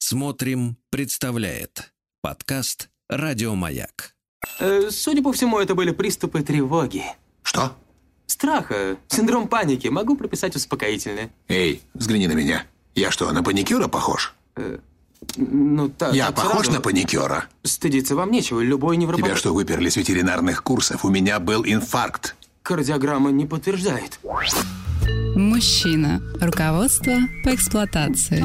Смотрим, представляет подкаст «Радио Маяк». Судя по всему, это были приступы тревоги. Что? Страха, синдром паники. Могу прописать успокоительное. Эй, взгляни на меня. Я что, на паникюра похож? Я так похож на паникюра? Стыдиться вам нечего, любой невропатолог... Тебя что, выперли с ветеринарных курсов? У меня был инфаркт. Кардиограмма не подтверждает. Мужчина. Руководство по эксплуатации.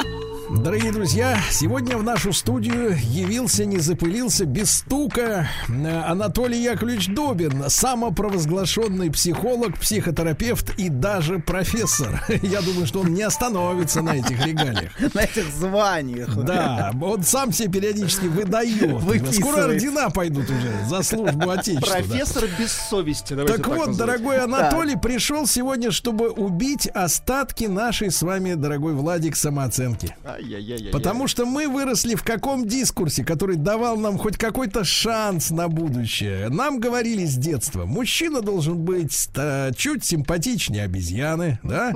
Дорогие друзья, сегодня в нашу студию явился, не запылился, без стука Анатолий Яковлевич Добин, самопровозглашенный психолог, психотерапевт и даже профессор. Я думаю, что он не остановится на этих регалиях. На этих званиях. Да, он сам себе периодически выдает. Скоро ордена пойдут уже за службу Отечеству. Профессор без совести. Так вот, дорогой Анатолий пришел сегодня, чтобы убить остатки нашей с вами, дорогой Владик, самооценки. Потому что мы выросли в каком дискурсе, который давал нам хоть какой-то шанс на будущее. Нам говорили с детства: мужчина должен быть чуть симпатичнее обезьяны, да?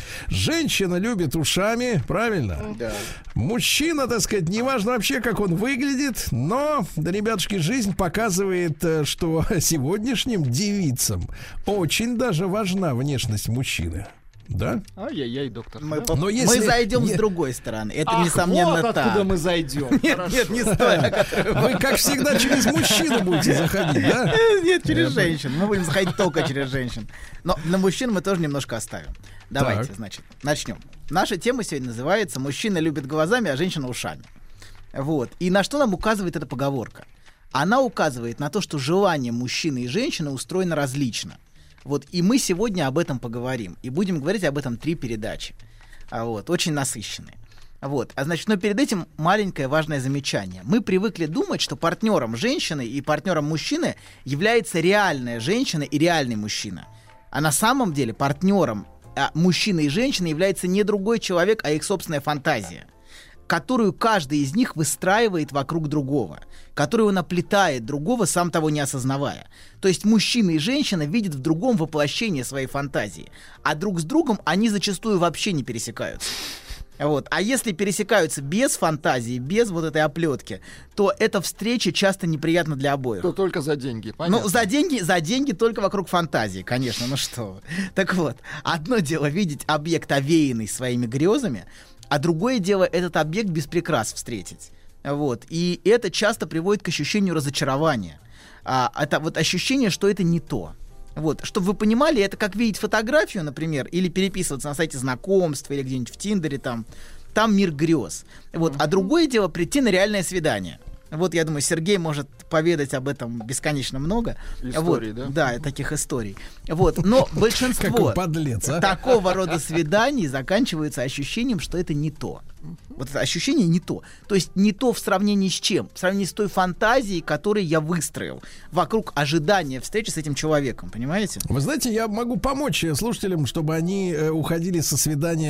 Женщина любит ушами, правильно? Да. Мужчина, так сказать, неважно вообще, как он выглядит, но, да, ребятушки, жизнь показывает, что сегодняшним девицам очень даже важна внешность мужчины. Да? Ай-яй-яй, доктор. Мы зайдем с другой стороны. Это несомненно вот так. откуда мы зайдем. Нет, не стоит. Вы, как всегда, через мужчину будете заходить, да? Нет, через женщин. Мы будем заходить только через женщин. Но на мужчин мы тоже немножко оставим. Давайте, значит, начнем. Наша тема сегодня называется «Мужчина любит глазами, а женщина ушами». Вот. И на что нам указывает эта поговорка? Она указывает на то, что желание мужчины и женщины устроено различно. Вот, и мы сегодня об этом поговорим. И будем говорить об этом 3 передачи. Вот, очень насыщенные. Вот, значит, но перед этим маленькое важное замечание. Мы привыкли думать, что партнером женщины и партнером мужчины является реальная женщина и реальный мужчина. А на самом деле партнером мужчины и женщины является не другой человек, а их собственная фантазия, которую каждый из них выстраивает вокруг другого, которую он оплетает другого, сам того не осознавая. То есть мужчина и женщина видят в другом воплощение своей фантазии, а друг с другом они зачастую вообще не пересекаются. Вот. А если пересекаются без фантазии, без вот этой оплетки, то эта встреча часто неприятна для обоих. То только за деньги, понятно. Ну, за деньги только вокруг фантазии, конечно, ну что вы. Так вот, одно дело видеть объект, овеянный своими грезами, а другое дело этот объект без прикрас встретить. Вот. И это часто приводит к ощущению разочарования. Это вот ощущение, что это не то. Вот. Чтобы вы понимали, это как видеть фотографию, например, или переписываться на сайте знакомств, или где-нибудь в Тиндере, там мир грез. Вот. А другое дело прийти на реальное свидание. Вот, я думаю, Сергей может поведать об этом бесконечно много. Историй, вот, да? Да, таких историй. Вот, но большинство такого рода свиданий заканчиваются ощущением, что это не то. Вот это ощущение не то. То есть не то в сравнении с чем? В сравнении с той фантазией, которую я выстроил вокруг ожидания встречи с этим человеком, понимаете? Вы знаете, я могу помочь слушателям, чтобы они уходили со свидания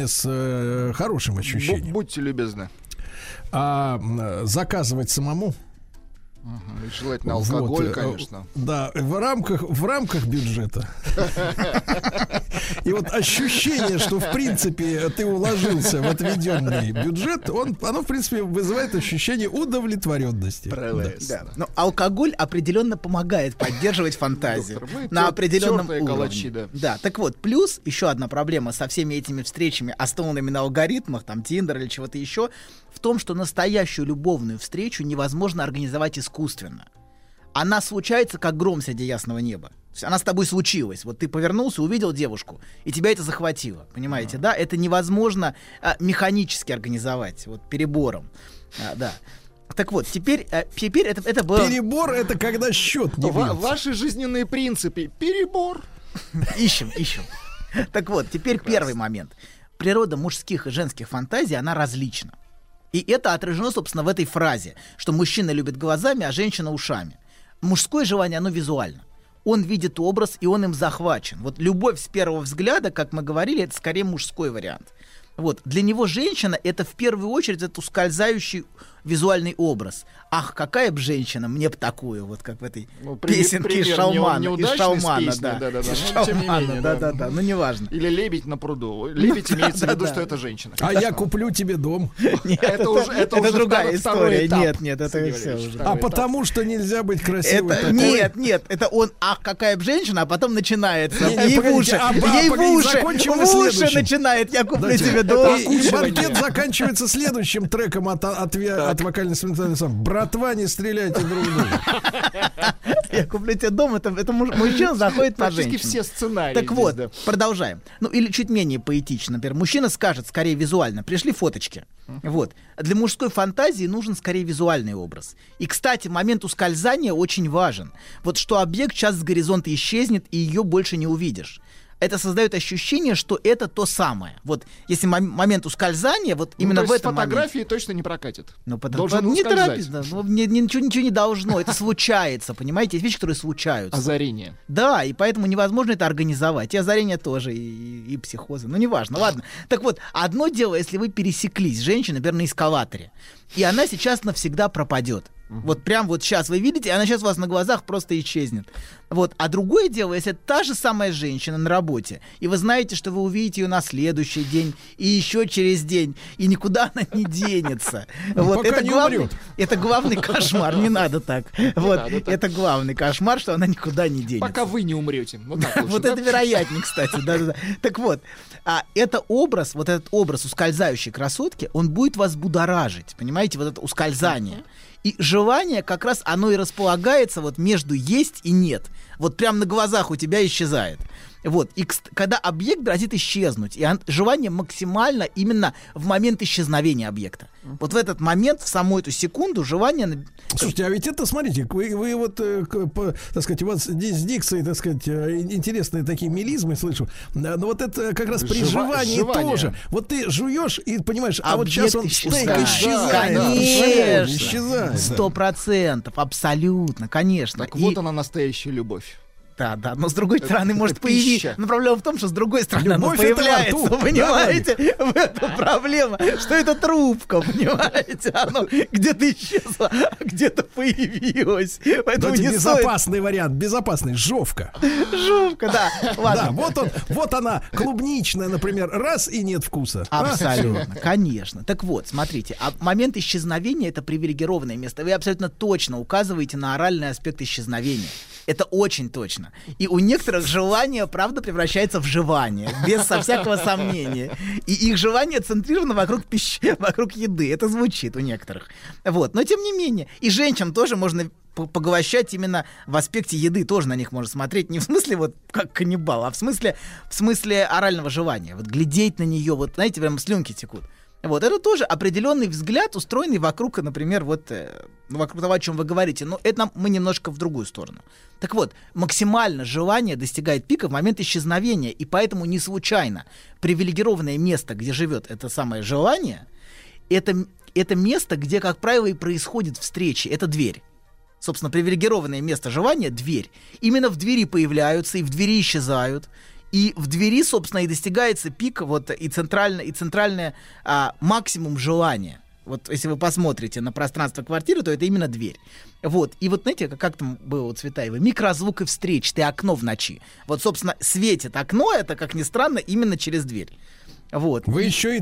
с хорошим ощущением. Будьте любезны. Заказывать самому. Желательно алкоголь, конечно. Да, в рамках бюджета. И вот ощущение, что в принципе ты уложился в отведенный бюджет, оно в принципе вызывает ощущение удовлетворенности. Да. Но алкоголь определенно помогает поддерживать фантазию. Доктор, на определенном уровне. Да, так вот, плюс еще одна проблема со всеми этими встречами, основанными на алгоритмах, там, Тиндер или чего-то еще, в том, что настоящую любовную встречу невозможно организовать искусственно. Она случается, как гром среди ясного неба. Она с тобой случилась. Вот ты повернулся, увидел девушку, и тебя это захватило. Понимаете, да? Это невозможно механически организовать, вот, перебором. Да. Так вот, теперь это было... Перебор — это когда счет не бьется. Ваши жизненные принципы. Перебор. Ищем. Так вот, теперь первый момент. Природа мужских и женских фантазий, она различна. И это отражено, собственно, в этой фразе, что мужчина любит глазами, а женщина ушами. Мужское желание, оно визуально. Он видит образ, и он им захвачен. Вот любовь с первого взгляда, как мы говорили, это скорее мужской вариант. Вот. Для него женщина — это в первую очередь этот ускользающий визуальный образ. Ах, какая бы женщина, мне бы такую, вот как в этой песенке из Шалмана. Да, ну неважно. Или «Лебедь на пруду». Лебедь имеется в виду, что это женщина. А я куплю тебе дом. Это другая история. Нет, это все уже. А потому что нельзя быть красивой. Нет, это он, ах, какая бы женщина, а потом начинается. Ей в уши начинает, я куплю тебе дом. И банкет заканчивается следующим треком от вокальной инструментальной «Братва, не стреляйте друг друга». Я куплю тебе дом, это мужчина заходит на женщину. Практически все сценарии. Так вот, продолжаем. Ну, или чуть менее поэтично, например. Мужчина скажет, скорее визуально, пришли фоточки. Вот. Для мужской фантазии нужен скорее визуальный образ. И, кстати, момент ускользания очень важен. Вот что объект сейчас с горизонта исчезнет, и ее больше не увидишь. Это создает ощущение, что это то самое. Вот если момент ускользания, вот именно в этом фотографии моменте... точно не прокатит. Должен не торопись, ничего не должно. Это случается, понимаете? Есть вещи, которые случаются. Озарение. Да, и поэтому невозможно это организовать. И озарение тоже, и психозы. Ну, неважно, ладно. Так вот, одно дело, если вы пересеклись с женщиной, например, на эскалаторе, и она сейчас навсегда пропадет. Вот прям вот сейчас вы видите, она сейчас у вас на глазах просто исчезнет. Вот. А другое дело, если это та же самая женщина на работе, и вы знаете, что вы увидите ее на следующий день, и еще через день, и никуда она не денется. Вот. Это главный кошмар, не надо так. Это главный кошмар, что она никуда не денется. Пока вы не умрете. Вот это вероятнее, кстати. Так вот, этот образ ускользающей красотки, он будет вас будоражить, понимаете, вот это ускользание. И желание как раз оно и располагается вот между есть и нет. Вот прям на глазах у тебя исчезает. Вот. И когда объект грозит исчезнуть, и желание максимально именно в момент исчезновения объекта. Вот в этот момент, в саму эту секунду желание... Слушайте, а ведь это, смотрите, вы вот, так сказать, у вас здесь с дикцией, так сказать, интересные такие мелизмы слышу. Но вот это как раз при жевании тоже. Вот ты жуешь и понимаешь, а вот сейчас он стейк исчезает. Конечно. Исчезает. 100%, абсолютно, конечно. Так вот она, настоящая любовь. Да, но с другой стороны может появиться. Но проблема в том, что с другой стороны оно Любовь появляется, понимаете? В этом проблема, что это трубка, понимаете? Оно где-то исчезло, а где-то появилось. Поэтому не безопасный вариант, безопасный, жовка. Жовка, да. Да, вот она, клубничная, например, раз и нет вкуса. Абсолютно, конечно. Так вот, смотрите, момент исчезновения — это привилегированное место. Вы абсолютно точно указываете на оральный аспект исчезновения. Это очень точно. И у некоторых желание, правда, превращается в жевание, со всякого сомнения. И их желание центрировано вокруг пищи, вокруг еды. Это звучит у некоторых. Вот. Но тем не менее, и женщин тоже можно поглощать именно в аспекте еды, тоже на них можно смотреть. Не в смысле вот как каннибал, а в смысле орального желания. Вот глядеть на нее, вот, знаете, прям слюнки текут. Вот, это тоже определенный взгляд, устроенный вокруг, например, вокруг того, о чем вы говорите. Но это мы немножко в другую сторону. Так вот, максимально желание достигает пика в момент исчезновения, и поэтому не случайно привилегированное место, где живет это самое желание, это место, где, как правило, и происходят встречи, это дверь. Собственно, привилегированное место желания — дверь. Именно в двери появляются и в двери исчезают. И в двери, собственно, и достигается пик, вот, и центральное максимум желания. Вот если вы посмотрите на пространство квартиры, то это именно дверь. Вот. И вот знаете, как там было у Цветаевой? Микрозвук и встреч, ты окно в ночи. Вот, собственно, светит окно, это, как ни странно, именно через дверь. Вот. Вы еще и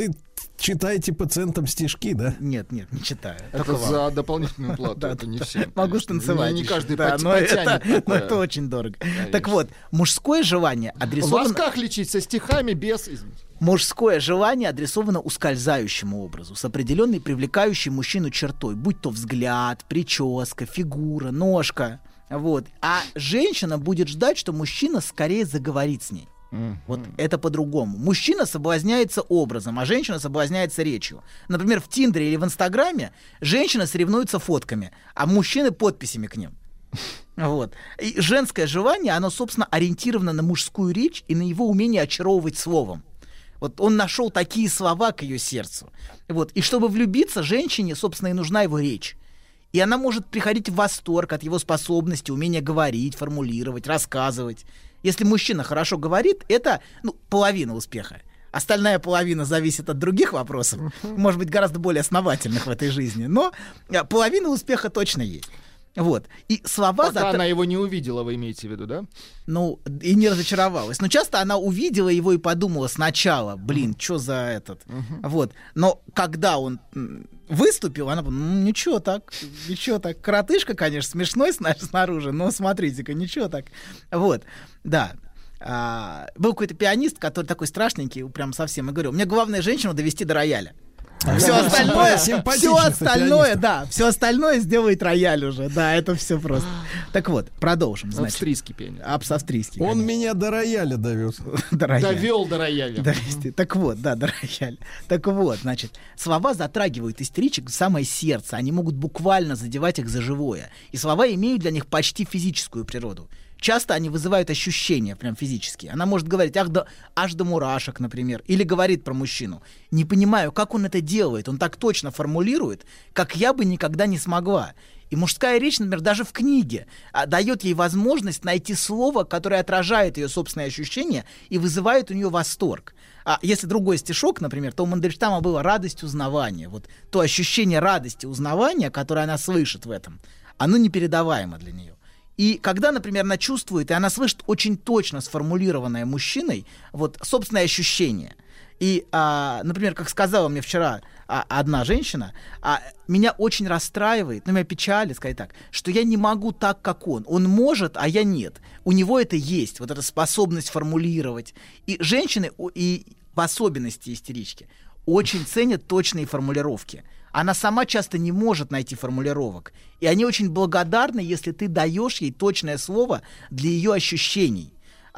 читаете пациентам стишки, да? Нет, не читаю. Это за дополнительную плату, это не все. Могу станцевать. Не каждый но это очень дорого. Так вот, мужское желание адресовано... Вас как лечить? Со стихами, без... Мужское желание адресовано ускользающему образу, с определенной привлекающей мужчину чертой, будь то взгляд, прическа, фигура, ножка. Вот. А женщина будет ждать, что мужчина скорее заговорит с ней. Вот это по-другому. Мужчина соблазняется образом, а женщина соблазняется речью. Например, в Тиндере или в Инстаграме женщины соревнуются фотками, а мужчины подписями к ним. Вот. И женское желание, оно, собственно, ориентировано на мужскую речь и на его умение очаровывать словом. Вот он нашел такие слова к ее сердцу. Вот. И чтобы влюбиться, женщине, собственно, и нужна его речь. И она может приходить в восторг от его способности, умения говорить, формулировать, рассказывать. Если мужчина хорошо говорит, это половина успеха. Остальная половина зависит от других вопросов, может быть, гораздо более основательных в этой жизни, но половина успеха точно есть. Вот. И слова... Пока она его не увидела, вы имеете в виду, да? Ну, и не разочаровалась. Но часто она увидела его и подумала сначала, что за этот. Вот. Но когда он выступил, она подумала, ничего так. Коротышка, конечно, смешной снаружи, но смотрите-ка, ничего так. Вот, да. Был какой-то пианист, который такой страшненький, прям совсем, и говорил, мне главное женщину довести до рояля. Все остальное сделает рояль уже. Да, это все просто. Так вот, продолжим. Значит. Австрийский пианист. Австрийский. Он меня до рояля довез. Довел до рояля. Так вот, да, до рояля. Так вот, значит, слова затрагивают истеричек в самое сердце. Они могут буквально задевать их за живое. И слова имеют для них почти физическую природу. Часто они вызывают ощущения, прям физические. Она может говорить аж до мурашек, например. Или говорит про мужчину. Не понимаю, как он это делает. Он так точно формулирует, как я бы никогда не смогла. И мужская речь, например, даже в книге дает ей возможность найти слово, которое отражает ее собственные ощущения и вызывает у нее восторг. А если другой стишок, например, то у Мандельштама было «радость узнавания». Вот то ощущение радости узнавания, которое она слышит в этом, оно непередаваемо для нее. И когда, например, она чувствует, и она слышит очень точно сформулированное мужчиной вот собственное ощущение. И, например, как сказала мне вчера одна женщина, меня очень расстраивает, меня печалит, сказать так, что я не могу так, как он. Он может, а я нет. У него это есть, вот эта способность формулировать. И женщины, и в особенности истерички, очень ценят точные формулировки. Она сама часто не может найти формулировок. И они очень благодарны, если ты даешь ей точное слово для ее ощущений.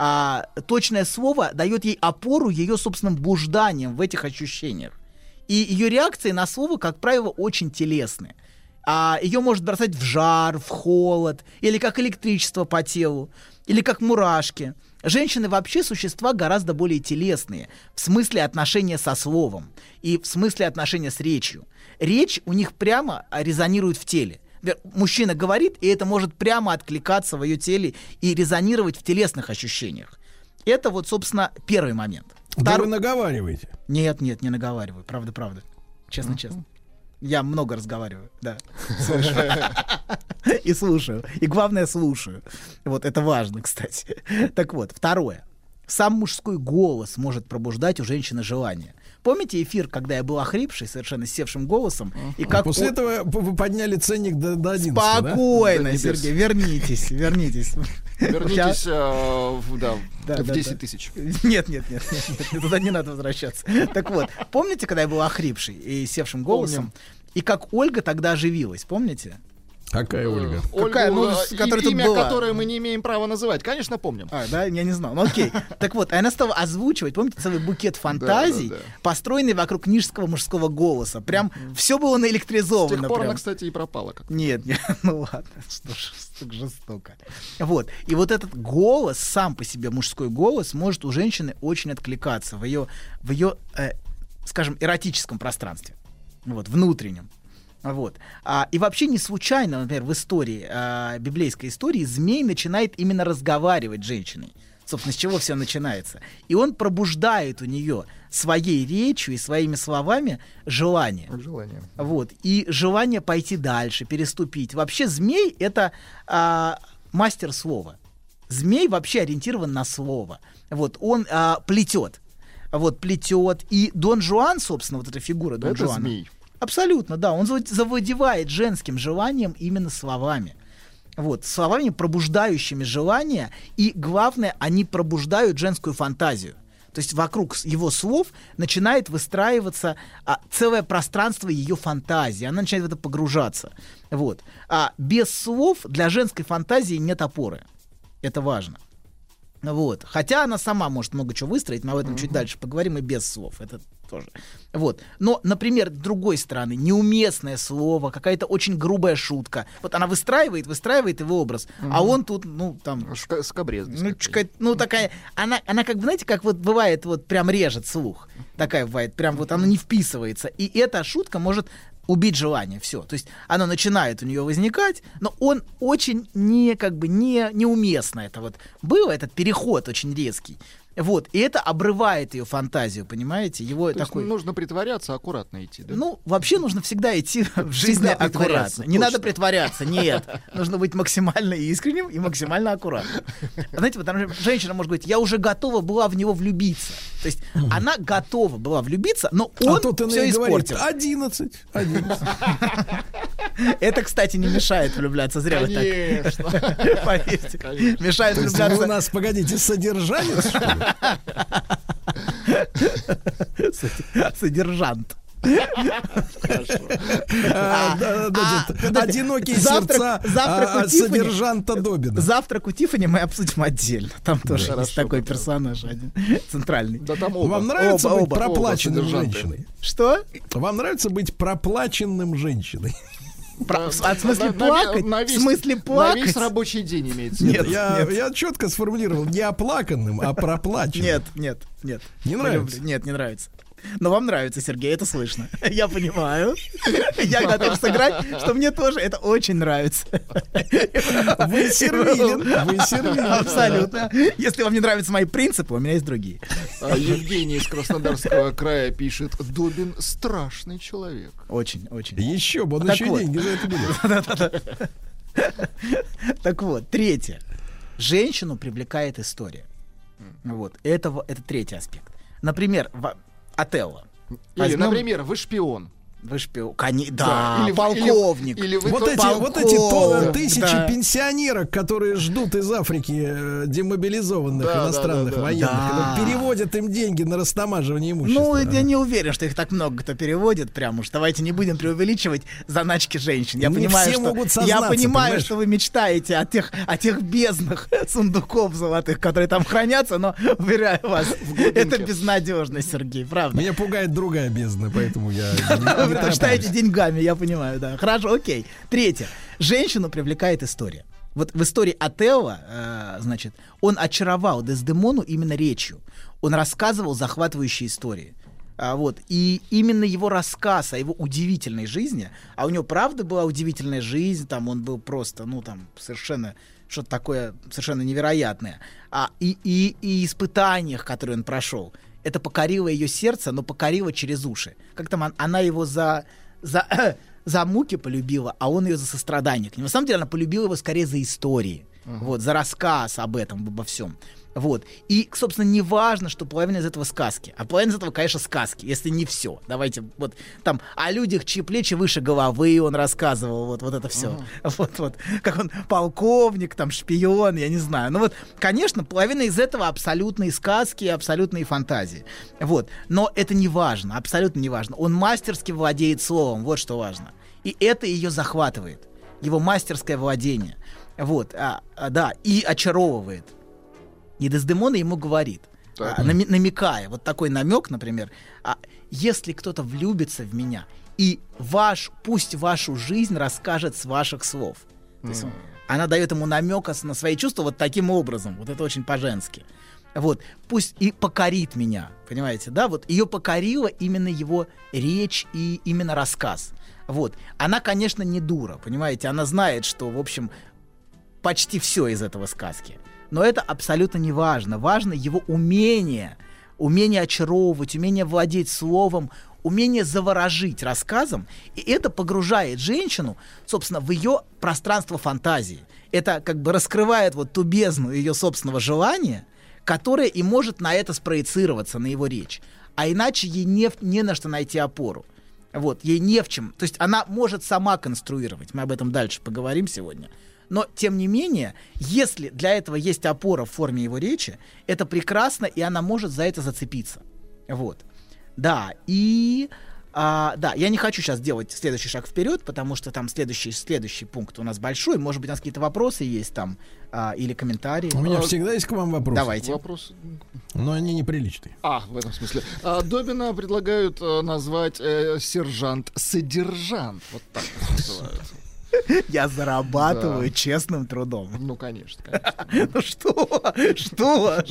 Точное слово дает ей опору ее собственным блужданиям в этих ощущениях. И ее реакции на слово, как правило, очень телесные. Ее может бросать в жар, в холод, или как электричество по телу, или как мурашки. Женщины вообще существа гораздо более телесные в смысле отношения со словом и в смысле отношения с речью. Речь у них прямо резонирует в теле. Мужчина говорит, и это может прямо откликаться в ее теле и резонировать в телесных ощущениях. Это вот, собственно, первый момент. Да вы наговариваете? Нет, не наговариваю. Правда. Честно. Я много разговариваю, да. Слушаю. И слушаю. И главное, слушаю. Вот это важно, кстати. Так вот, второе. Сам мужской голос может пробуждать у женщины желание. Помните эфир, когда я был охрипший, совершенно севшим голосом? И как после этого вы подняли ценник до 11. Спокойно, да? Сергей, вернитесь. Вернитесь в 10 тысяч. Нет, туда не надо возвращаться. Так вот, помните, когда я был охрипший и севшим голосом? И как Ольга тогда оживилась, помните? Какая Ольга? Какая, имя, которое мы не имеем права называть. Конечно, помним. Да, я не знал. Ну окей. Так вот, она стала озвучивать, помните, целый букет фантазий, построенный вокруг низкого мужского голоса. Прям все было наэлектризовано. С тех пор она, кстати, и пропала. Нет, ну ладно, что ж, так жестоко. Вот. И вот этот голос, сам по себе мужской голос, может у женщины очень откликаться в ее скажем, эротическом пространстве. Вот, внутреннем. Вот. И вообще не случайно, например, в истории, библейской истории, змей начинает именно разговаривать с женщиной. Собственно, с чего все начинается. И он пробуждает у нее своей речью и своими словами желание. Вот. И желание пойти дальше, переступить. Вообще змей — это мастер слова. Змей вообще ориентирован на слово. Вот. Он плетет. Вот, плетет. И Дон Жуан, собственно, вот эта фигура Дон Жуана. Это змей. Абсолютно, да. Он завладевает женским желанием именно словами. Вот, словами, пробуждающими желание. И главное, они пробуждают женскую фантазию. То есть вокруг его слов начинает выстраиваться целое пространство ее фантазии. Она начинает в это погружаться. Вот. Без слов для женской фантазии нет опоры. Это важно. Вот. Хотя она сама может много чего выстроить, мы об этом чуть дальше поговорим, и без слов. Это тоже. Вот. Но, например, с другой стороны, неуместное слово, какая-то очень грубая шутка. Вот она выстраивает его образ, а он тут, скабрезность. Такая, она как бы, знаете, как вот бывает, вот прям режет слух. Такая бывает, прям вот она не вписывается. И эта шутка может убить желание, все. То есть оно начинает у нее возникать, но он очень неуместно это вот было, этот переход очень резкий. Вот, и это обрывает ее фантазию, понимаете? Его То такой... есть нужно притворяться, аккуратно идти, да? Ну, вообще нужно всегда идти в жизни аккуратно. Не надо притворяться, нет. Нужно быть максимально искренним и максимально аккуратным. Знаете, потому что женщина может говорить, я уже готова была в него влюбиться. То есть она готова была влюбиться, но он все испортил. 11. Это, кстати, не мешает влюбляться. Зря вы так. Поверьте. Мешает влюбляться. Вы у нас, погодите, содержанец, что ли? Содержант. Одинокие сердца содержанта Добина. Завтрак у Тиффани мы обсудим отдельно. Там тоже есть такой персонаж один, центральный. Вам нравится быть проплаченным женщиной? Что? Вам нравится быть проплаченным женщиной? В смысле плакать? В смысле плакать? На весь рабочий день имеется. Нет, я четко сформулировал, не оплаканным, а проплаченным. Нет. Не нравится? Нет, не нравится. Но вам нравится, Сергей, это слышно. Я понимаю. Я готов сыграть, что мне тоже это очень нравится. Вы сервилен. Абсолютно. Если вам не нравятся мои принципы, у меня есть другие. Евгений из Краснодарского края пишет: Добин страшный человек. Очень. Еще бы, он еще деньги за это берет. Так вот, третье. Женщину привлекает история. Вот. Это третий аспект. Например, Отелло. Или, например, вы шпион. Вы шпион. Да, полковник. Или вот эти тысячи пенсионерок, которые ждут из Африки демобилизованных иностранных военных, переводят им деньги на растамаживание имущества. Ну, я не уверен, что их так много кто переводит, прям уж. Давайте не будем преувеличивать заначки женщин. Я понимаю, что вы мечтаете о тех безднах сундуков золотых, которые там хранятся, но, уверяю вас, это безнадежно, Сергей, правда. Меня пугает другая бездна, поэтому я... Вы предпочитаете деньгами, я понимаю, да. Хорошо, окей. Третье. Женщину привлекает история. Вот в истории Отелло, значит, он очаровал Дездемону именно речью. Он рассказывал захватывающие истории. Вот. И именно его рассказ о его удивительной жизни, а у него правда была удивительная жизнь, там он был просто, совершенно что-то такое совершенно невероятное. И испытаниях, которые он прошел. Это покорило ее сердце, но покорило через уши. Как там она его за муки полюбила, а он ее за сострадание к нему. На самом деле она полюбила его скорее за истории, вот, за рассказ об этом, обо всем. Вот. И, собственно, не важно, что половина из этого сказки. А половина из этого, конечно, сказки, если не все. Давайте вот там о людях, чьи плечи выше головы, он рассказывал, вот это все. Вот. Как он полковник, там, шпион, я не знаю. Ну вот, конечно, половина из этого абсолютные сказки, абсолютные фантазии. Вот. Но это не важно, абсолютно не важно. Он мастерски владеет словом, вот что важно. И это ее захватывает. Его мастерское владение. Вот. Да, и очаровывает. И Дездемона ему говорит, намекая, вот такой намек, например, если кто-то влюбится в меня, и пусть вашу жизнь расскажет с ваших слов. То есть она дает ему намек на свои чувства вот таким образом, вот это очень по-женски. Вот, пусть и покорит меня, понимаете, да, вот ее покорила именно его речь и именно рассказ. Вот, она, конечно, не дура, понимаете, она знает, что, в общем, почти все из этого сказки. Но это абсолютно не важно. Важно его умение очаровывать, умение владеть словом, умение заворожить рассказом. И это погружает женщину, собственно, в ее пространство фантазии. Это как бы раскрывает вот ту бездну ее собственного желания, которое и может на это спроецироваться, на его речь. А иначе ей не на что найти опору. Вот, ей не в чем. То есть она может сама конструировать. Мы об этом дальше поговорим сегодня. Но, тем не менее, если для этого есть опора в форме его речи, это прекрасно, и она может за это зацепиться. Вот. Да, и... я не хочу сейчас делать следующий шаг вперед, потому что там следующий пункт у нас большой. Может быть, у нас какие-то вопросы есть там или комментарии. У меня всегда есть к вам вопросы. Давайте. Вопросы. Но они неприличные. В этом смысле. Добина предлагают назвать сержант-содержант. Вот так называется. Я зарабатываю честным трудом. Ну, конечно. Ну что?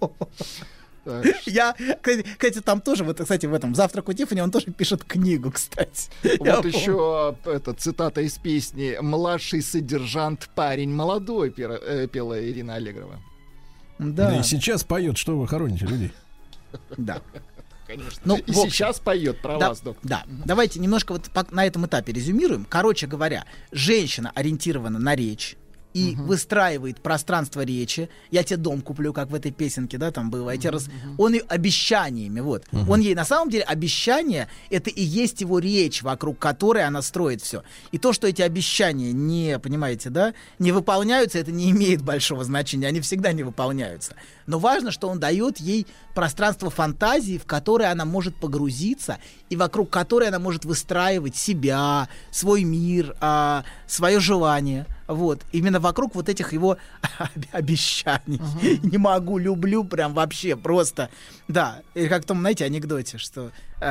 Я, кстати, там тоже, вот, кстати, в этом «Завтрак у Тиффани» он тоже пишет книгу, кстати. Вот еще цитата из песни: «Младший содержант, парень молодой», пела Ирина Аллегрова. Да. Да и сейчас поет, что вы хороните людей. Да. Конечно. Ну, и в общем, сейчас поет про да, вас, доктор. Да. Давайте немножко вот на этом этапе резюмируем. Короче говоря, женщина ориентирована на речь и выстраивает пространство речи. Я тебе дом куплю, как в этой песенке, да, там было. Он и обещаниями, вот. Он ей, на самом деле, обещания, это и есть его речь, вокруг которой она строит все. И то, что эти обещания не, понимаете, да, не выполняются, это не имеет большого значения. Они всегда не выполняются. Но важно, что он дает ей пространство фантазии, в которое она может погрузиться, и вокруг которой она может выстраивать себя, свой мир, свое желание. Вот. Именно вокруг вот этих его обещаний. Не могу, люблю, прям вообще просто. Да, и как в том, знаете, анекдоте, что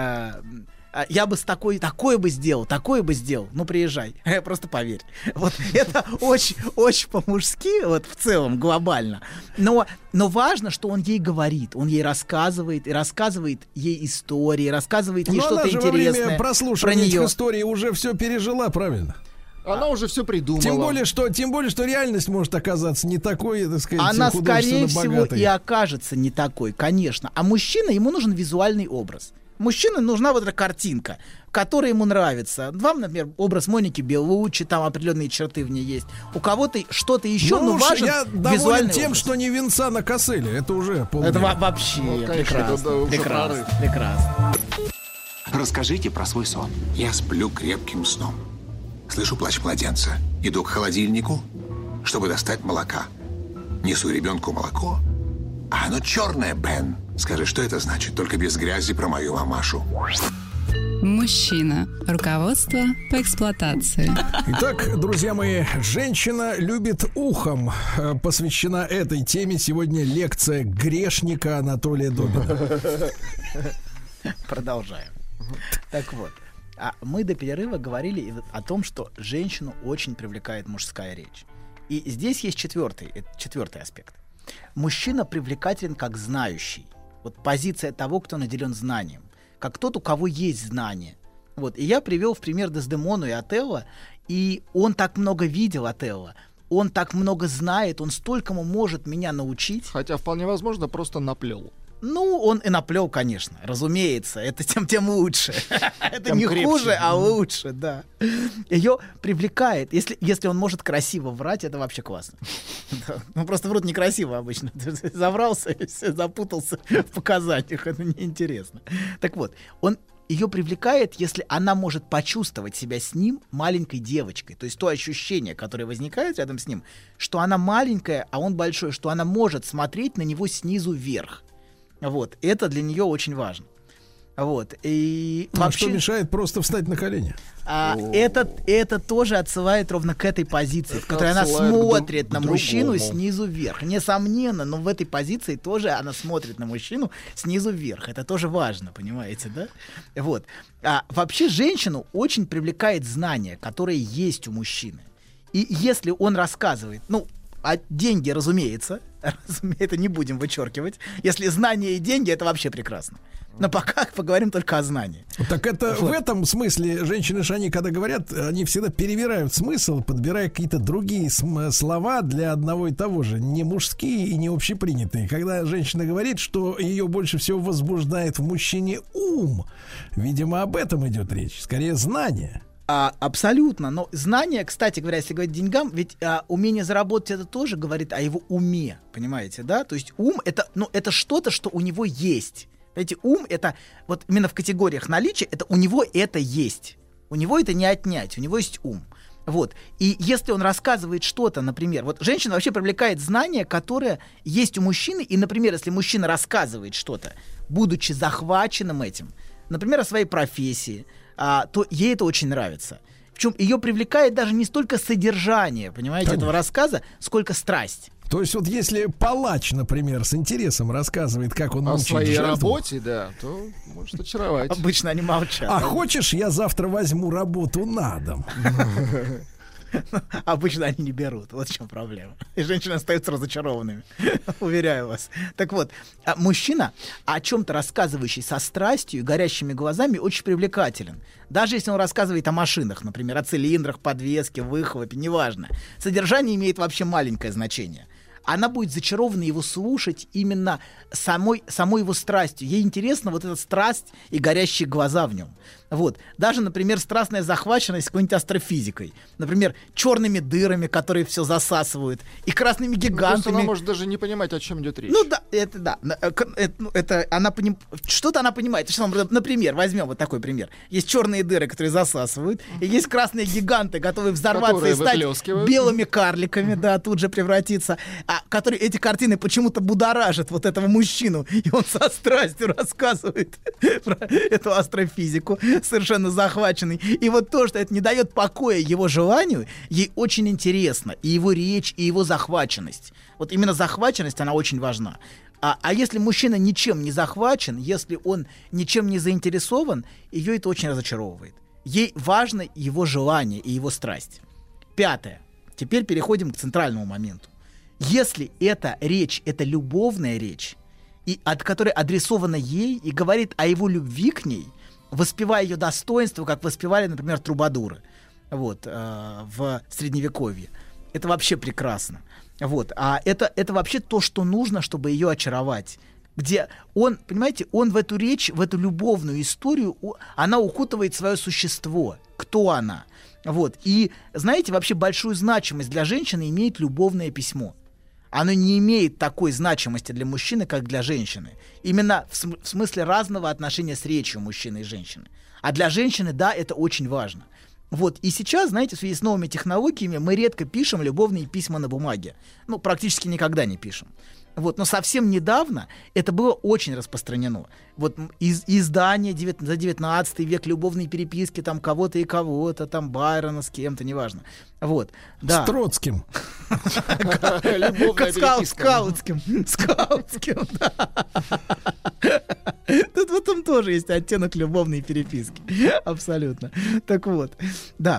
я бы такое бы сделал. Ну, приезжай, просто поверь. Вот это очень, очень по-мужски, вот в целом, глобально. Но важно, что он ей говорит, он ей рассказывает, и рассказывает ей истории, рассказывает ей что-то интересное. Она же во время прослушивания этих историй уже все пережила, правильно? Она уже все придумала. Тем более, что реальность может оказаться не такой, так сказать, она, скорее художественно всего, богатой. и окажется не такой, конечно. А мужчина, ему нужен визуальный образ. Мужчине нужна вот эта картинка, которая ему нравится. Вам, например, образ Моники Беллуччи, там определенные черты в ней есть. У кого-то что-то еще, но важен я доволен визуальный тем, образ. что не венца на Касселе. Это уже полный. Это вообще конечно, прекрасно. Прекрасно. Расскажите про свой сон. Я сплю крепким сном. Слышу плач младенца. Иду к холодильнику, чтобы достать молока. Несу ребенку молоко. А оно черное, Бен. Скажи, что это значит? Только без грязи про мою мамашу. Мужчина. Руководство по эксплуатации. Итак, друзья мои, женщина любит ухом. Посвящена этой теме сегодня лекция грешника Анатолия Добина. Продолжаем. Так вот. Мы до перерыва говорили о том, что женщину очень привлекает мужская речь. И здесь есть четвертый аспект. Мужчина привлекателен как знающий. Вот позиция того, кто наделен знанием. Как тот, у кого есть знание. Вот. И я привел в пример Дездемону и Отелло. И он так много видел, Отелло. Он так много знает, он столькому может меня научить. Хотя, вполне возможно, просто наплел. Ну, он и наплел, конечно, разумеется. Это тем лучше. Это не крепче. хуже, а лучше, да. Ее привлекает. Если он может красиво врать, это вообще классно. Ну, просто врут некрасиво обычно. Заврался, запутался в показаниях. Это неинтересно. Так вот, он ее привлекает, если она может почувствовать себя с ним маленькой девочкой. То есть то ощущение, которое возникает рядом с ним, что она маленькая, а он большой, что она может смотреть на него снизу вверх. Вот, это для нее очень важно. Вот, и вообще, что мешает просто встать на колени? Это тоже отсылает ровно к этой позиции, в которой она смотрит на мужчину снизу вверх. Несомненно, но в этой позиции тоже она смотрит на мужчину снизу вверх. Это тоже важно, понимаете, да? Вот. Вообще женщину очень привлекает знание, которое есть у мужчины. И если он рассказывает, а деньги, разумеется, это не будем вычеркивать. Если знания и деньги, это вообще прекрасно. Но пока поговорим только о знании. Так это вот. В этом смысле женщины же, они когда говорят, они всегда перевирают смысл, подбирая какие-то другие слова для одного и того же, не мужские и не общепринятые. Когда женщина говорит, что ее больше всего возбуждает в мужчине ум, видимо, об этом идет речь, скорее знание. Абсолютно. Но знание, кстати говоря, если говорить деньгам, ведь умение заработать это тоже говорит о его уме, понимаете, да? То есть ум это что-то, что у него есть. Понимаете, ум это вот именно в категориях наличия, это у него это есть. У него это не отнять, у него есть ум. Вот. И если он рассказывает что-то, например, вот женщина вообще привлекает знание, которое есть у мужчины, и, например, если мужчина рассказывает что-то, будучи захваченным этим, например, о своей профессии, то ей это очень нравится. Причем ее привлекает даже не столько содержание, понимаете, этого рассказа, сколько страсть. То есть вот если палач, например, с интересом рассказывает, как он мучает о своей жертву, работе, да, то может очаровать. Обычно они молчат. А хочешь, я завтра возьму работу на дом? Обычно они не берут. Вот в чем проблема. И женщины остаются разочарованными. Уверяю вас. Так вот, мужчина, о чем-то рассказывающий со страстью и горящими глазами, очень привлекателен. Даже если он рассказывает о машинах, например, о цилиндрах, подвеске, выхлопе, неважно. Содержание имеет вообще маленькое значение. она будет зачарована его слушать именно самой его страстью. Ей интересна вот эта страсть и горящие глаза в нем. Вот. Даже, например, страстная захваченность какой-нибудь астрофизикой. Например, черными дырами, которые все засасывают, и красными гигантами. Она может даже не понимать, о чем идет речь. Ну да, это да. Это она что-то она понимает. Например, возьмем вот такой пример. Есть черные дыры, которые засасывают, и есть красные гиганты, готовые взорваться и стать белыми карликами, да, тут же превратиться. Которые эти картины почему-то будоражат вот этого мужчину, и он со страстью рассказывает про эту астрофизику, совершенно захваченный. И вот то, что это не дает покоя его желанию, ей очень интересно. И его речь, и его захваченность. Вот именно захваченность, она очень важна. А если мужчина ничем не захвачен, если он ничем не заинтересован, ее это очень разочаровывает. Ей важно его желание и его страсть. 5. Теперь переходим к центральному моменту. Если эта речь, это любовная речь, от которой адресована ей и говорит о его любви к ней, воспевая ее достоинство, как воспевали, например, трубадуры в Средневековье. Это вообще прекрасно. А это вообще то, что нужно, чтобы ее очаровать. Где он, понимаете, он в эту речь, в эту любовную историю, она укутывает свое существо. Кто она? И, знаете, вообще большую значимость для женщины имеет любовное письмо. Оно не имеет такой значимости для мужчины, как для женщины. Именно в смысле разного отношения с речью мужчины и женщины. А для женщины, да, это очень важно. И сейчас, знаете, в связи с новыми технологиями мы редко пишем любовные письма на бумаге. Практически никогда не пишем. Но совсем недавно это было очень распространено. Издания за 19 век, любовные переписки там кого-то и кого-то, там Байрона с кем-то, неважно. Да. С Троцким. Скаутским, да. Тут в этом тоже есть оттенок любовной переписки. Абсолютно. Так да.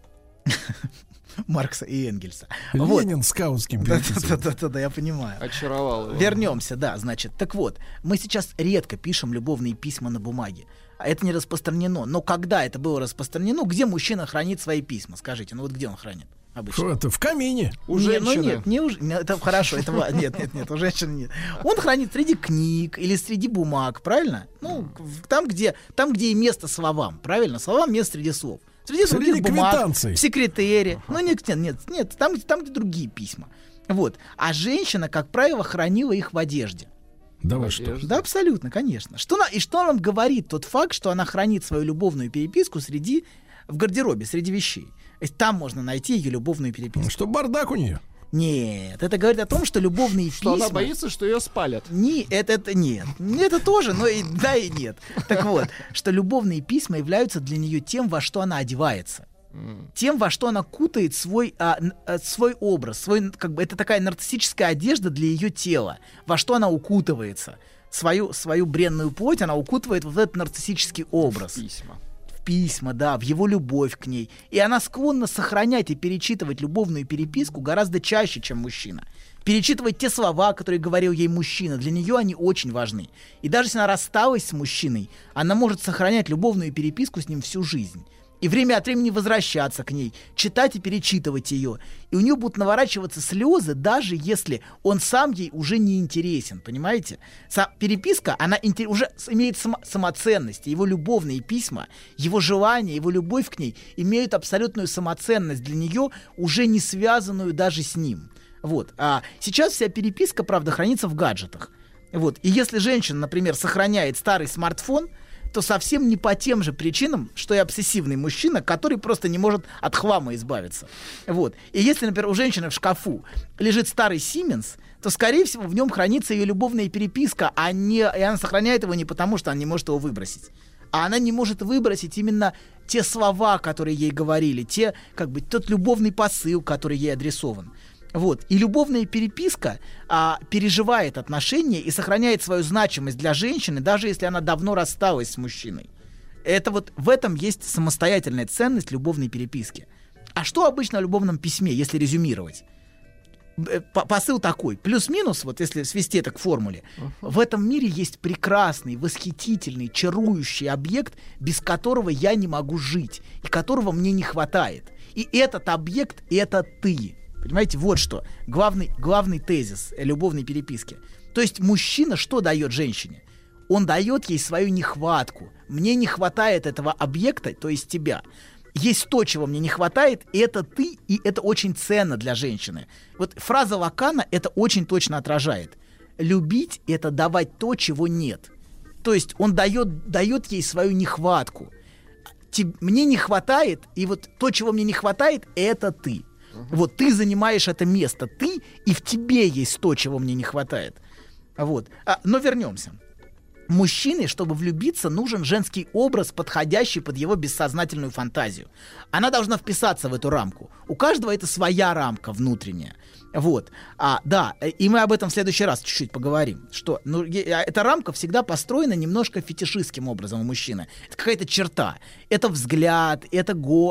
Маркса и Энгельса. Ленин скаутским переписывал. Да, я понимаю. Очаровал его. Вернемся, да, значит. Так мы сейчас редко пишем любовные письма на бумаге. Это не распространено. Но когда это было распространено, где мужчина хранит свои письма? Скажите, где он хранит обычно? Это в камине. У женщины. Это хорошо. Нет, у женщины нет. Он хранит среди книг или среди бумаг, правильно? Там, где и место словам, правильно? Словам место среди слов. Среди других бумаг, в секретере. Нет, там, где другие письма. А женщина, как правило, хранила их в одежде. Да вы что? Да, абсолютно, конечно. Что нам говорит тот факт, что она хранит свою любовную переписку в гардеробе, среди вещей? Там можно найти ее любовную переписку. Что бардак у нее? Нет, это говорит о том, что любовные письма... Что она боится, что ее спалят. Нет. Это тоже, но и да, и нет. Так что любовные письма являются для нее тем, во что она одевается. Тем, во что она кутает свой образ. Это такая нарциссическая одежда для ее тела. Во что она укутывается. Свою бренную плоть она укутывает в этот нарциссический образ. Письма, да, в его любовь к ней. И она склонна сохранять и перечитывать любовную переписку гораздо чаще, чем мужчина. Перечитывать те слова, которые говорил ей мужчина. Для нее они очень важны. И даже если она рассталась с мужчиной, она может сохранять любовную переписку с ним всю жизнь. И время от времени возвращаться к ней, читать и перечитывать ее. И у нее будут наворачиваться слезы, даже если он сам ей уже не интересен, понимаете? Переписка, она уже имеет самоценность. Его любовные письма, его желание, его любовь к ней имеют абсолютную самоценность для нее, уже не связанную даже с ним. А сейчас вся переписка, правда, хранится в гаджетах. И если женщина, например, сохраняет старый смартфон, то совсем не по тем же причинам, что и обсессивный мужчина, который просто не может от хлама избавиться. И если, например, у женщины в шкафу лежит старый Siemens, то, скорее всего, в нем хранится ее любовная переписка, и она сохраняет его не потому, что она не может его выбросить. А она не может выбросить именно те слова, которые ей говорили, тот любовный посыл, который ей адресован. И любовная переписка переживает отношения и сохраняет свою значимость для женщины, даже если она давно рассталась с мужчиной. Это в этом есть самостоятельная ценность любовной переписки. А что обычно в любовном письме, если резюмировать? Посыл такой, плюс-минус, если свести это к формуле, в этом мире есть прекрасный, восхитительный, чарующий объект, без которого я не могу жить, и которого мне не хватает. И этот объект — это ты. Понимаете, вот что. Главный тезис любовной переписки. То есть мужчина что дает женщине? Он дает ей свою нехватку. Мне не хватает этого объекта, то есть тебя. Есть то, чего мне не хватает, и это ты, и это очень ценно для женщины. Вот фраза Лакана это очень точно отражает. Любить — это давать то, чего нет. То есть он дает ей свою нехватку. Мне не хватает, и вот то, чего мне не хватает, это ты. Вот ты занимаешь это место, ты, и в тебе есть то, чего мне не хватает. Вот. Но вернемся. Мужчине, чтобы влюбиться, нужен женский образ, подходящий под его бессознательную фантазию. Она должна вписаться в эту рамку. У каждого это своя рамка внутренняя. Вот. Да, и мы об этом в следующий раз чуть-чуть поговорим. Что, эта рамка всегда построена немножко фетишистским образом у мужчины. Это какая-то черта. Это взгляд, это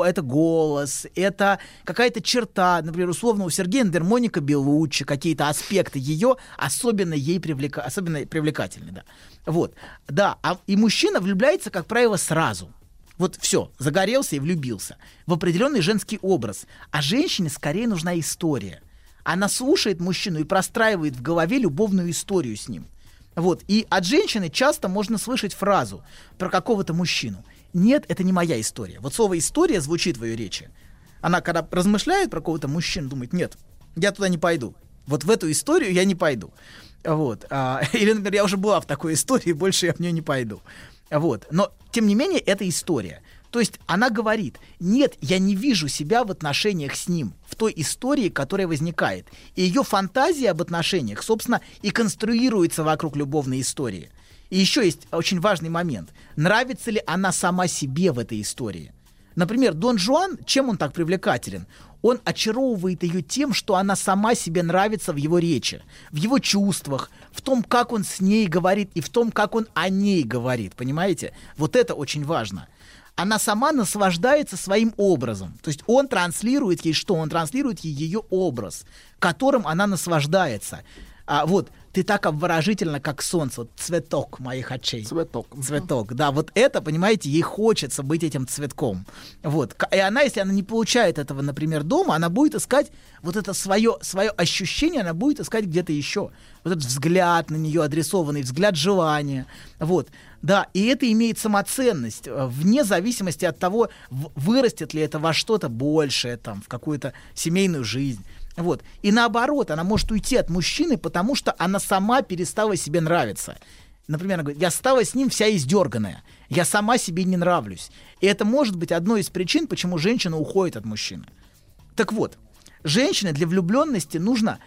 голос, это какая-то черта. Например, условно, у Сергея, например, Моника Беллуччи, какие-то аспекты ее особенно привлекательны. Да. Вот. Да, и мужчина влюбляется, как правило, сразу. Вот все, загорелся и влюбился в определенный женский образ. А женщине скорее нужна история. Она слушает мужчину и простраивает в голове любовную историю с ним. Вот. И от женщины часто можно слышать фразу про какого-то мужчину. Нет, это не моя история. Вот слово «история» звучит в ее речи. Она, когда размышляет про какого-то мужчину, думает: нет, я туда не пойду. Вот в эту историю я не пойду. Вот. Или, например, я уже была в такой истории, больше я в нее не пойду. Вот. Но, тем не менее, это история. То есть она говорит: нет, я не вижу себя в отношениях с ним, в той истории, которая возникает. И ее фантазия об отношениях, собственно, и конструируется вокруг любовной истории. И еще есть очень важный момент. Нравится ли она сама себе в этой истории? Например, Дон Жуан, чем он так привлекателен? Он очаровывает ее тем, что она сама себе нравится в его речи, в его чувствах, в том, как он с ней говорит, и в том, как он о ней говорит. Понимаете? Вот это очень важно. Она сама наслаждается своим образом. То есть он транслирует ей что? Он транслирует ей ее образ, которым она наслаждается. Вот, ты так обворожительно, как солнце, вот цветок моих очей. Цветок, да, вот это, понимаете, ей хочется быть этим цветком. Вот, и она, если она не получает этого, например, дома, она будет искать вот это свое ощущение, она будет искать где-то еще. Вот этот взгляд на нее адресованный, взгляд желания. Вот, да, и это имеет самоценность, вне зависимости от того, вырастет ли это во что-то большее, там, в какую-то семейную жизнь. Вот. И наоборот, она может уйти от мужчины, потому что она сама перестала себе нравиться. Например, она говорит: я стала с ним вся издерганная, я сама себе не нравлюсь. И это может быть одной из причин, почему женщина уходит от мужчины. Так вот, женщине для влюбленности нужно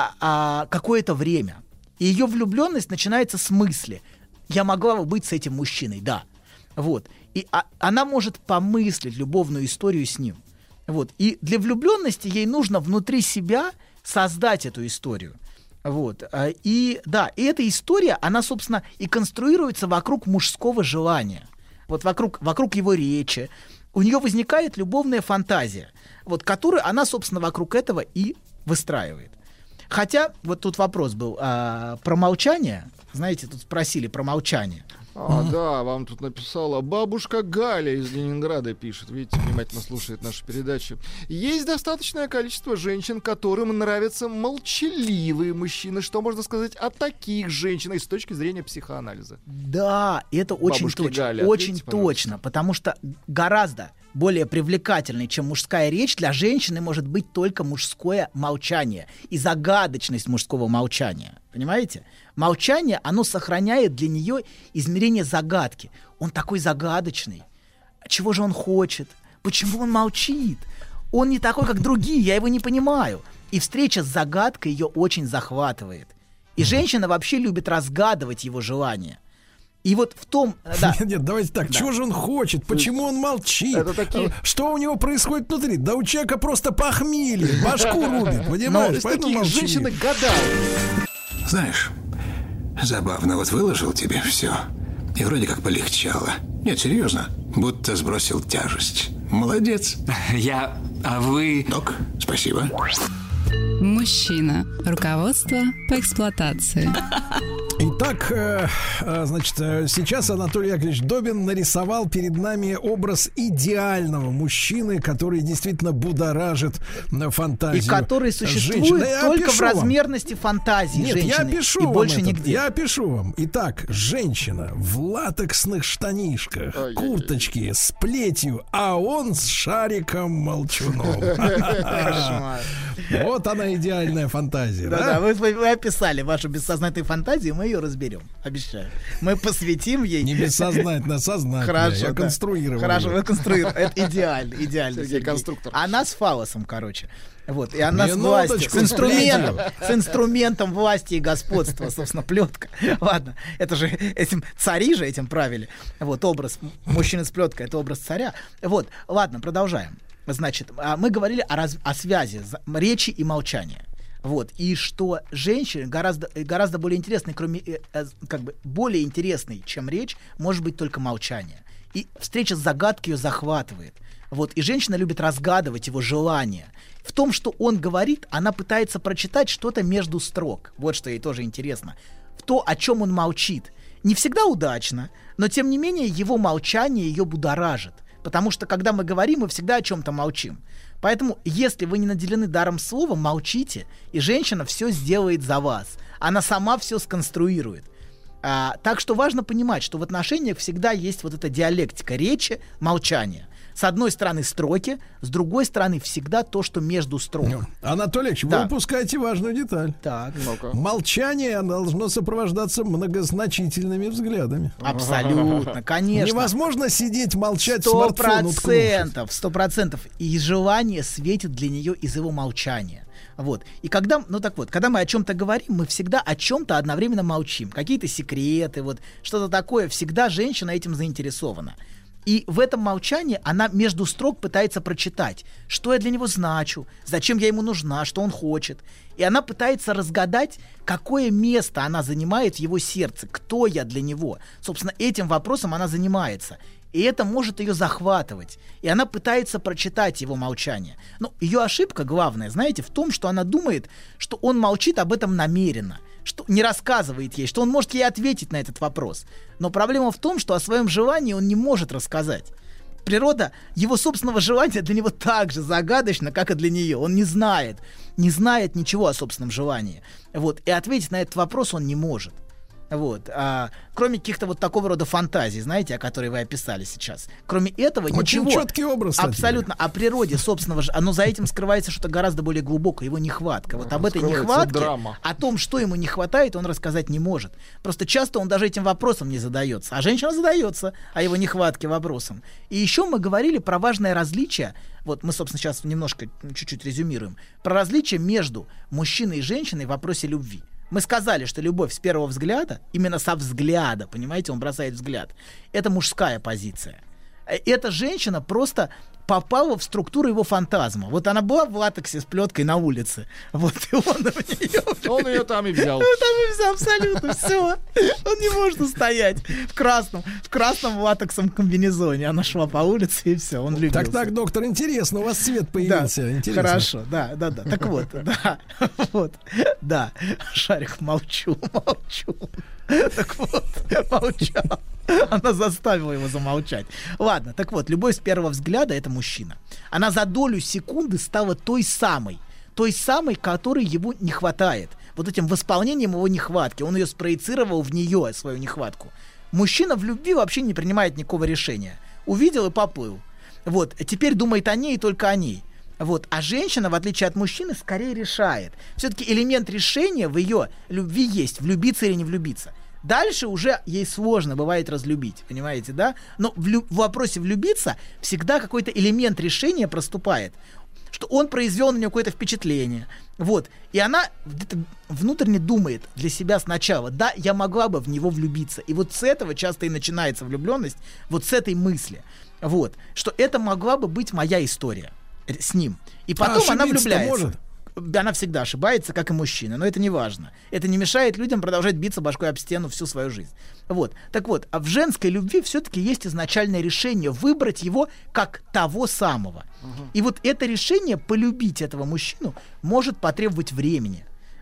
какое-то время. И ее влюбленность начинается с мысли: я могла бы быть с этим мужчиной, да. Вот. И она может помыслить любовную историю с ним. Вот. И для влюбленности ей нужно внутри себя создать эту историю. Вот. И эта история, она, собственно, и конструируется вокруг мужского желания. Вот вокруг его речи. У нее возникает любовная фантазия, вот, которую она, собственно, вокруг этого и выстраивает. Хотя, вот тут вопрос был про молчание. Знаете, тут спросили про молчание. Да, вам тут написала бабушка Галя из Ленинграда, пишет. Видите, внимательно слушает наши передачи. Есть достаточное количество женщин, которым нравятся молчаливые мужчины. Что можно сказать о таких женщинах с точки зрения психоанализа? Да, это очень точно. Галя, очень точно, потому что гораздо более привлекательной, чем мужская речь, для женщины может быть только мужское молчание и загадочность мужского молчания. Понимаете? Молчание, оно сохраняет для нее измерение загадки. Он такой загадочный. Чего же он хочет? Почему он молчит? Он не такой, как другие, я его не понимаю. И встреча с загадкой ее очень захватывает. И женщина вообще любит разгадывать его желания. И вот в том... Да. Нет, давайте так. Да. Чего же он хочет? Почему он молчит? Что у него происходит внутри? Да у человека просто похмелье, башку рубит, понимаешь? Поэтому женщины гадают. Знаешь, забавно, вот выложил тебе все, и вроде как полегчало. Нет, серьезно, будто сбросил тяжесть. Молодец. А вы... Док, спасибо. Мужчина. Руководство по эксплуатации. Так, значит, сейчас Анатолий Яковлевич Добин нарисовал перед нами образ идеального мужчины, который действительно будоражит фантазию. И который существует только в размерности фантазии женщины. Я опишу и вам больше это. нигде. Я опишу вам. Итак, женщина в латексных штанишках, курточке с плетью, а он с шариком-молчуном. Вот она, идеальная фантазия. Да, вы описали вашу бессознательную фантазию, мы ее разберем, обещаю. Мы посвятим ей. Не бессознательно, сознательно. Хорошо, я конструировал. Хорошо, вы конструировали. Это идеально. Сергей конструктор. Она с фалосом, короче. Вот, и она с властью, с инструментом власти и господства, собственно, плетка. Ладно, это же цари же этим правили. Вот, образ мужчины с плеткой, это образ царя. Вот, ладно, продолжаем. Значит, мы говорили о связи речи и молчания. Вот, и что женщине гораздо более интересной, более интересной, чем речь, может быть только молчание. И встреча с загадкой ее захватывает. Вот, и женщина любит разгадывать его желания. В том, что он говорит, она пытается прочитать что-то между строк. Вот что ей тоже интересно. В то, о чем он молчит. Не всегда удачно, но тем не менее его молчание ее будоражит. Потому что, когда мы говорим, мы всегда о чем-то молчим. Поэтому, если вы не наделены даром слова, молчите, и женщина все сделает за вас. Она сама все сконструирует. Так что важно понимать, что в отношениях всегда есть вот эта диалектика речи, молчания. С одной стороны строки, с другой стороны всегда то, что между строк. Анатолий Ильич, вы упускаете важную деталь. Так. Молчание должно сопровождаться многозначительными взглядами. Абсолютно, конечно. Невозможно сидеть, молчать, смартфон уткнувшись. 100%. И желание светит для нее из его молчания. Вот. И когда мы о чем-то говорим, мы всегда о чем-то одновременно молчим. Какие-то секреты, вот что-то такое. Всегда женщина этим заинтересована. И в этом молчании она между строк пытается прочитать, что я для него значу, зачем я ему нужна, что он хочет. И она пытается разгадать, какое место она занимает в его сердце, кто я для него. Собственно, этим вопросом она занимается. И это может ее захватывать. И она пытается прочитать его молчание. Но ее ошибка главная, знаете, в том, что она думает, что он молчит об этом намеренно, что не рассказывает ей, что он может ей ответить на этот вопрос. Но проблема в том, что о своем желании он не может рассказать. Природа его собственного желания для него так же загадочна, как и для нее. Он не знает ничего о собственном желании. Вот. И ответить на этот вопрос он не может. Вот. Кроме каких-то вот такого рода фантазий, знаете, о которой вы описали сейчас. Кроме этого, очень ничего. Четкий образ. Абсолютно. О природе собственного же. Но за этим скрывается что-то гораздо более глубокое. Его нехватка. Вот об этой нехватке, о том, что ему не хватает, он рассказать не может. Просто часто он даже этим вопросом не задается. А женщина задается о его нехватке вопросом. И еще мы говорили про важное различие. Вот мы, собственно, сейчас чуть-чуть резюмируем. Про различие между мужчиной и женщиной в вопросе любви. Мы сказали, что любовь с первого взгляда, именно со взгляда, понимаете, он бросает взгляд, это мужская позиция. Эта женщина просто попала в структуру его фантазма. Вот она была в латексе с плеткой на улице. Вот, и он ее там и взял. Абсолютно, все. Он не может устоять в красном латексовом комбинезоне. Она шла по улице, и все, он влюбился. Так, доктор, интересно, у вас цвет появился. Да, интересно. Хорошо, да. Так вот, да. Шарик, молчу. Так вот, молчал. Она заставила его замолчать. Ладно, так вот, любовь с первого взгляда — это мужчина. Она за долю секунды стала той самой, которой ему не хватает. Вот этим восполнением его нехватки. Он ее спроецировал в нее, свою нехватку. Мужчина в любви вообще не принимает никакого решения. Увидел и поплыл. Вот, теперь думает о ней и только о ней. Вот. А женщина, в отличие от мужчины, скорее решает. Все-таки элемент решения в ее любви есть. Влюбиться или не влюбиться. Дальше уже ей сложно бывает разлюбить, понимаете, да? Но в вопросе влюбиться всегда какой-то элемент решения проступает, что он произвел на нее какое-то впечатление. Вот. И она где-то внутренне думает для себя сначала: да, я могла бы в него влюбиться. И вот с этого часто и начинается влюбленность, вот с этой мысли. Вот. Что это могла бы быть моя история с ним. И потом она влюбляется. Может? Она всегда ошибается, как и мужчина, но это не важно. Это не мешает людям продолжать биться башкой об стену всю свою жизнь. Вот. Так вот, а в женской любви все-таки есть изначальное решение выбрать его как того самого. И вот это решение полюбить этого мужчину может потребовать времени.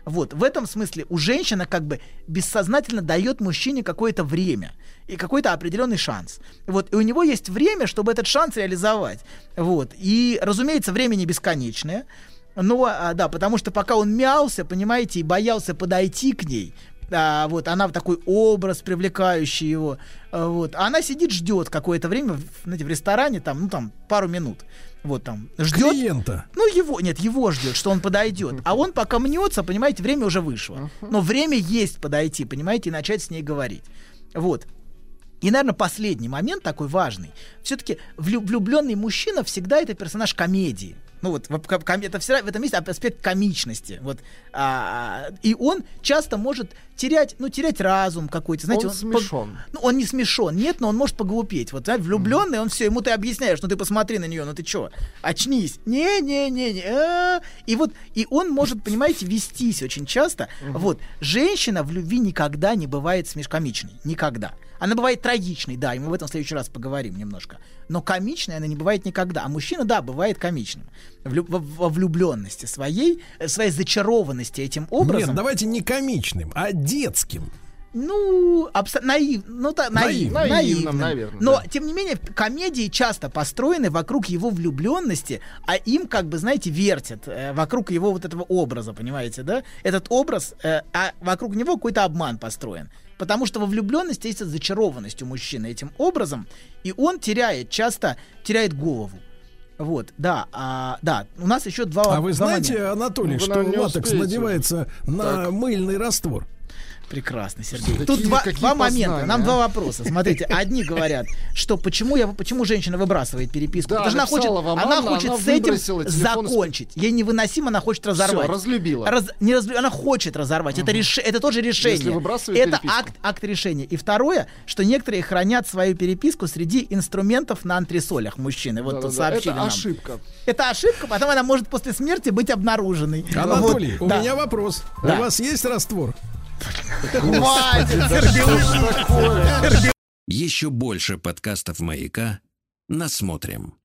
Вот, в этом смысле у женщины как бы бессознательно дает мужчине какое-то время и какой-то определенный шанс. Вот, и у него есть время, чтобы этот шанс реализовать. Вот, и, разумеется, время не бесконечное, но, да, потому что пока он мялся, понимаете, и боялся подойти к ней, вот, она такой образ, привлекающий его, вот, а она сидит, ждет какое-то время, знаете, в ресторане, там, ну, там, пару минут, вот, там, ждет. Клиента. Ну, его ждет, что он подойдет, а он пока мнется, понимаете, время уже вышло, но время есть подойти, понимаете, и начать с ней говорить, вот. И, наверное, последний момент такой важный. Все-таки влюбленный мужчина всегда это персонаж комедии. Ну вот, это всегда в этом есть аспект комичности. Вот, и он часто может терять разум какой-то. Знаете, он смешон. Он не смешон, нет, но он может поглупеть. Вот, влюбленный, он все, ему ты объясняешь, ну ты посмотри на нее, ну ты что, очнись. Не. И он может, понимаете, вестись очень часто. Вот, женщина в любви никогда не бывает комичной. Никогда. Она бывает трагичной, да, и мы в этом в следующий раз поговорим немножко. Но комичной она не бывает никогда. А мужчина, да, бывает комичным. Во влюбленности своей зачарованности этим образом. Нет, давайте не комичным, а детским. Ну, наивным, наверное. Но, да. Тем не менее, комедии часто построены вокруг его влюбленности, а им, как бы, знаете, вертят вокруг его вот этого образа, понимаете, да? Этот образ, а вокруг него какой-то обман построен. Потому что во влюбленности есть зачарованность у мужчины этим образом, и он часто теряет голову. Вот, да, у нас еще два момента. А вы знаете, Анатолий, что латекс надевается на мыльный раствор? Прекрасно, Сергей. Тут два момента. Нам два вопроса. Смотрите, одни говорят, что почему женщина выбрасывает переписку? Да, потому что она хочет с этим закончить. Ей невыносимо, она хочет разорвать. Все, разлюбила. Она хочет разорвать. Это тоже решение. Это акт решения. И второе, что некоторые хранят свою переписку среди инструментов на антресолях мужчины. Вот тут сообщили нам. Это ошибка. Это ошибка, потом она может после смерти быть обнаруженной. Анатолий, у меня вопрос. У вас есть раствор? Хватит, Сергей! Еще больше подкастов «Маяка» насмотрим.